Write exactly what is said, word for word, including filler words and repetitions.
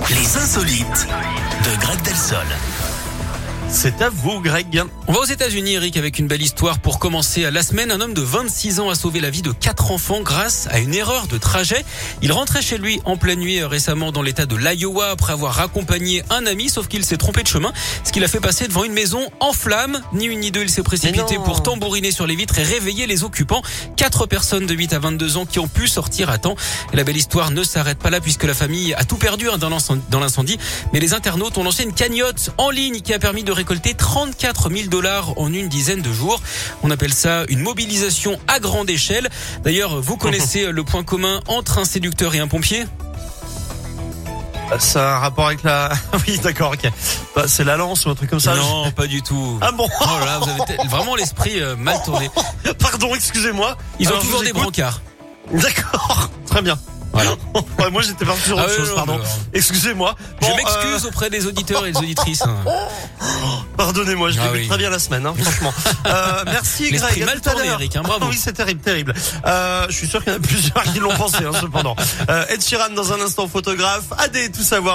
Les insolites de Greg Delsol. C'est à vous, Greg. On va aux États-Unis, Eric, avec une belle histoire pour commencer. La semaine, un homme de vingt-six ans a sauvé la vie de quatre enfants grâce à une erreur de trajet. Il rentrait chez lui en pleine nuit récemment dans l'état de l'Iowa après avoir accompagné un ami, sauf qu'il s'est trompé de chemin, ce qui l'a fait passer devant une maison en flammes. Ni une ni deux, il s'est précipité pour tambouriner sur les vitres et réveiller les occupants. Quatre personnes de huit à vingt-deux ans qui ont pu sortir à temps. Et la belle histoire ne s'arrête pas là puisque la famille a tout perdu hein, dans l'incendie. Mais les internautes ont lancé une cagnotte en ligne qui a permis de récolter trente-quatre mille dollars en une dizaine de jours. On appelle ça une mobilisation à grande échelle. D'ailleurs, vous connaissez le point commun entre un séducteur et un pompier ? Ça a un rapport avec la... Oui, d'accord, ok. Bah, c'est la lance ou un truc comme ça. Non, je... pas du tout. Ah bon? Oh là, vous avez t- vraiment l'esprit euh, mal tourné. Pardon, excusez-moi. Ils Alors, ont toujours des brancards. D'accord, très bien. Voilà. Ouais, moi j'étais parti sur autre ah, chose, non, pardon. non, non. Excusez-moi. Bon, Je m'excuse euh... auprès des auditeurs et des auditrices. Hein. Pardonnez-moi, je ah, débute oui. très bien la semaine, hein, franchement. Euh, merci L'esprit Greg. mal tourné, Eric, hein, bravo. Oui, c'est terrible, terrible. Euh, je suis sûr qu'il y en a plusieurs qui l'ont pensé, hein, cependant. Euh, Ed Sheeran dans un instant, photographe. Adé, tout savoir.